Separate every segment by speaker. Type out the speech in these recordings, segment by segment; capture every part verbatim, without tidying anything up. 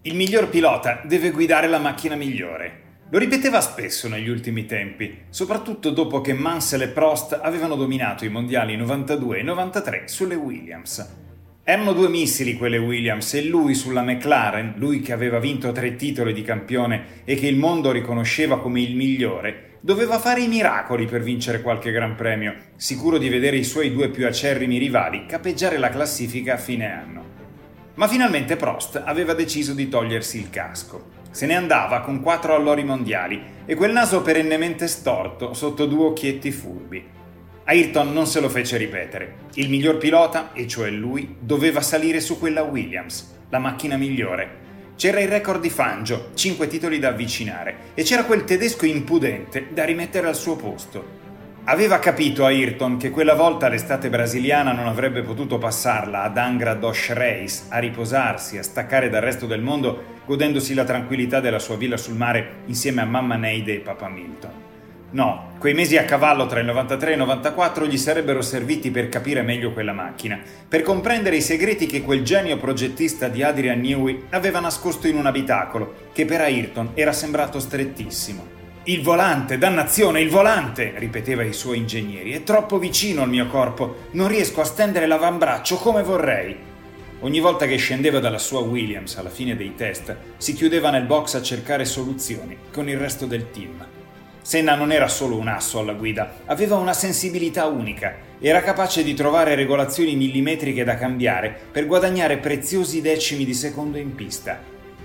Speaker 1: Il miglior pilota deve guidare la macchina migliore. Lo ripeteva spesso negli ultimi tempi, soprattutto dopo che Mansell e Prost avevano dominato i mondiali novantadue e novantatré sulle Williams. Erano due missili quelle Williams e lui sulla McLaren, lui che aveva vinto tre titoli di campione e che il mondo riconosceva come il migliore, doveva fare i miracoli per vincere qualche gran premio, sicuro di vedere i suoi due più acerrimi rivali capeggiare la classifica a fine anno. Ma finalmente Prost aveva deciso di togliersi il casco. Se ne andava con quattro allori mondiali e quel naso perennemente storto sotto due occhietti furbi. Ayrton non se lo fece ripetere. Il miglior pilota, e cioè lui, doveva salire su quella Williams, la macchina migliore. C'era il record di Fangio, cinque titoli da avvicinare, e c'era quel tedesco impudente da rimettere al suo posto. Aveva capito Ayrton che quella volta l'estate brasiliana non avrebbe potuto passarla ad Angra dos Reis, a riposarsi, a staccare dal resto del mondo, godendosi la tranquillità della sua villa sul mare insieme a mamma Neide e papà Milton. No, quei mesi a cavallo tra il novantatré e il novantaquattro gli sarebbero serviti per capire meglio quella macchina, per comprendere i segreti che quel genio progettista di Adrian Newey aveva nascosto in un abitacolo, che per Ayrton era sembrato strettissimo. «Il volante, dannazione, il volante!» ripeteva ai suoi ingegneri. «È troppo vicino al mio corpo, non riesco a stendere l'avambraccio come vorrei!» Ogni volta che scendeva dalla sua Williams alla fine dei test, si chiudeva nel box a cercare soluzioni con il resto del team. Senna non era solo un asso alla guida, aveva una sensibilità unica, era capace di trovare regolazioni millimetriche da cambiare per guadagnare preziosi decimi di secondo in pista.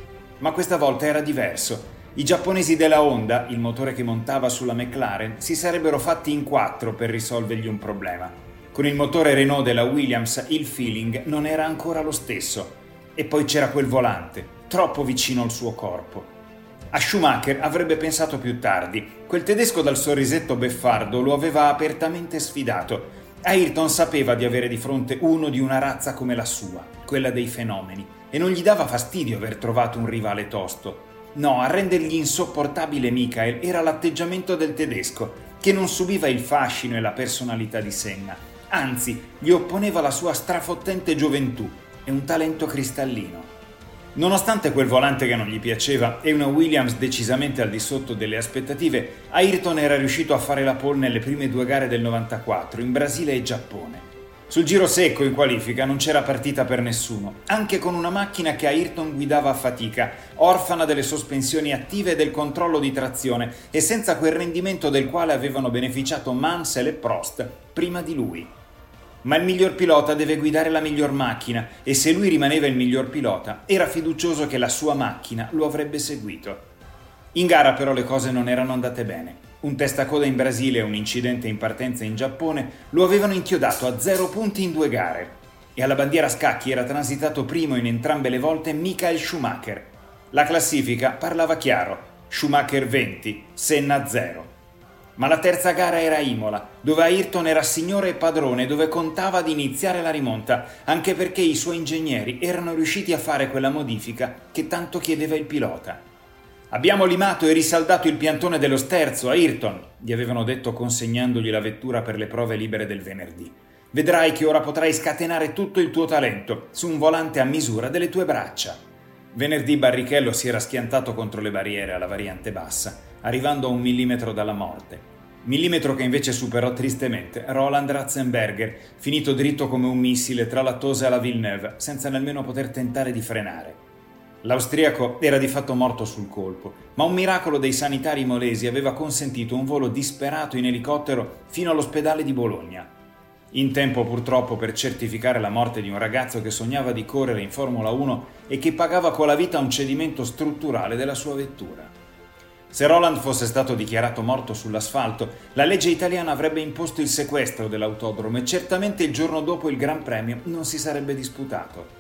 Speaker 1: Ma questa volta era diverso. I giapponesi della Honda, il motore che montava sulla McLaren, si sarebbero fatti in quattro per risolvergli un problema. Con il motore Renault della Williams il feeling non era ancora lo stesso. E poi c'era quel volante, troppo vicino al suo corpo. A Schumacher avrebbe pensato più tardi. Quel tedesco dal sorrisetto beffardo lo aveva apertamente sfidato. Ayrton sapeva di avere di fronte uno di una razza come la sua, quella dei fenomeni, e non gli dava fastidio aver trovato un rivale tosto. No, a rendergli insopportabile Michael era l'atteggiamento del tedesco, che non subiva il fascino e la personalità di Senna. Anzi, gli opponeva la sua strafottente gioventù e un talento cristallino. Nonostante quel volante che non gli piaceva e una Williams decisamente al di sotto delle aspettative, Ayrton era riuscito a fare la pole nelle prime due gare del novantaquattro, in Brasile e Giappone. Sul giro secco in qualifica non c'era partita per nessuno, anche con una macchina che Ayrton guidava a fatica, orfana delle sospensioni attive e del controllo di trazione, e senza quel rendimento del quale avevano beneficiato Mansell e Prost prima di lui. Ma il miglior pilota deve guidare la miglior macchina, e se lui rimaneva il miglior pilota, era fiducioso che la sua macchina lo avrebbe seguito. In gara però le cose non erano andate bene. Un testacoda in Brasile e un incidente in partenza in Giappone lo avevano inchiodato a zero punti in due gare, e alla bandiera a scacchi era transitato primo in entrambe le volte Michael Schumacher. La classifica parlava chiaro: Schumacher venti, Senna zero. Ma la terza gara era a Imola, dove Ayrton era signore e padrone, dove contava di iniziare la rimonta, anche perché i suoi ingegneri erano riusciti a fare quella modifica che tanto chiedeva il pilota. «Abbiamo limato e risaldato il piantone dello sterzo, Ayrton», gli avevano detto consegnandogli la vettura per le prove libere del venerdì. «Vedrai che ora potrai scatenare tutto il tuo talento su un volante a misura delle tue braccia». Venerdì Barrichello si era schiantato contro le barriere alla variante bassa, arrivando a un millimetro dalla morte. Millimetro che invece superò tristemente Roland Ratzenberger, finito dritto come un missile tra la Tose e la Villeneuve, senza nemmeno poter tentare di frenare. L'austriaco era di fatto morto sul colpo, ma un miracolo dei sanitari molesi aveva consentito un volo disperato in elicottero fino all'ospedale di Bologna. In tempo purtroppo per certificare la morte di un ragazzo che sognava di correre in Formula uno e che pagava con la vita un cedimento strutturale della sua vettura. Se Roland fosse stato dichiarato morto sull'asfalto, la legge italiana avrebbe imposto il sequestro dell'autodromo e certamente il giorno dopo il Gran Premio non si sarebbe disputato.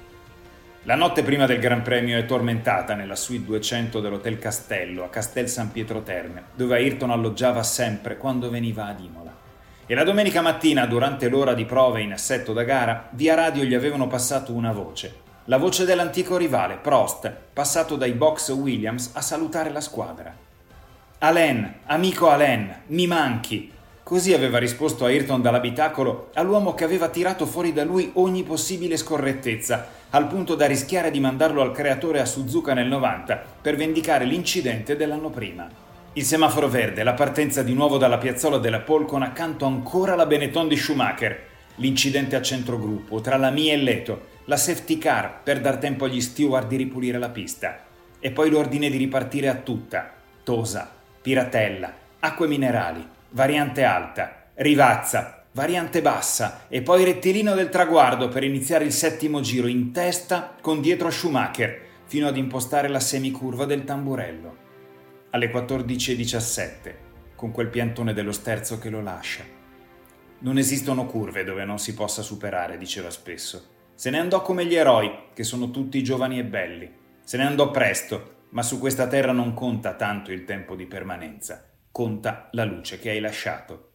Speaker 1: La notte prima del Gran Premio è tormentata nella suite duecento dell'Hotel Castello a Castel San Pietro Terme, dove Ayrton alloggiava sempre quando veniva ad Imola. E la domenica mattina, durante l'ora di prove in assetto da gara, via radio gli avevano passato una voce. La voce dell'antico rivale, Prost, passato dai box Williams a salutare la squadra. «Alain, amico Alain, mi manchi!» Così aveva risposto Ayrton dall'abitacolo all'uomo che aveva tirato fuori da lui ogni possibile scorrettezza, al punto da rischiare di mandarlo al creatore a Suzuka nel novanta per vendicare l'incidente dell'anno prima. Il semaforo verde, la partenza di nuovo dalla piazzola della Pole con accanto ancora la Benetton di Schumacher, l'incidente a centrogruppo tra la Mie e Leto, la safety car per dar tempo agli steward di ripulire la pista, e poi l'ordine di ripartire a tutta, Tosa, Piratella, acque minerali, variante alta, Rivazza, variante bassa e poi rettilineo del traguardo per iniziare il settimo giro in testa con dietro Schumacher fino ad impostare la semicurva del tamburello. Alle quattordici e diciassette, con quel piantone dello sterzo che lo lascia. Non esistono curve dove non si possa superare, diceva spesso. Se ne andò come gli eroi, che sono tutti giovani e belli. Se ne andò presto, ma su questa terra non conta tanto il tempo di permanenza, conta la luce che hai lasciato.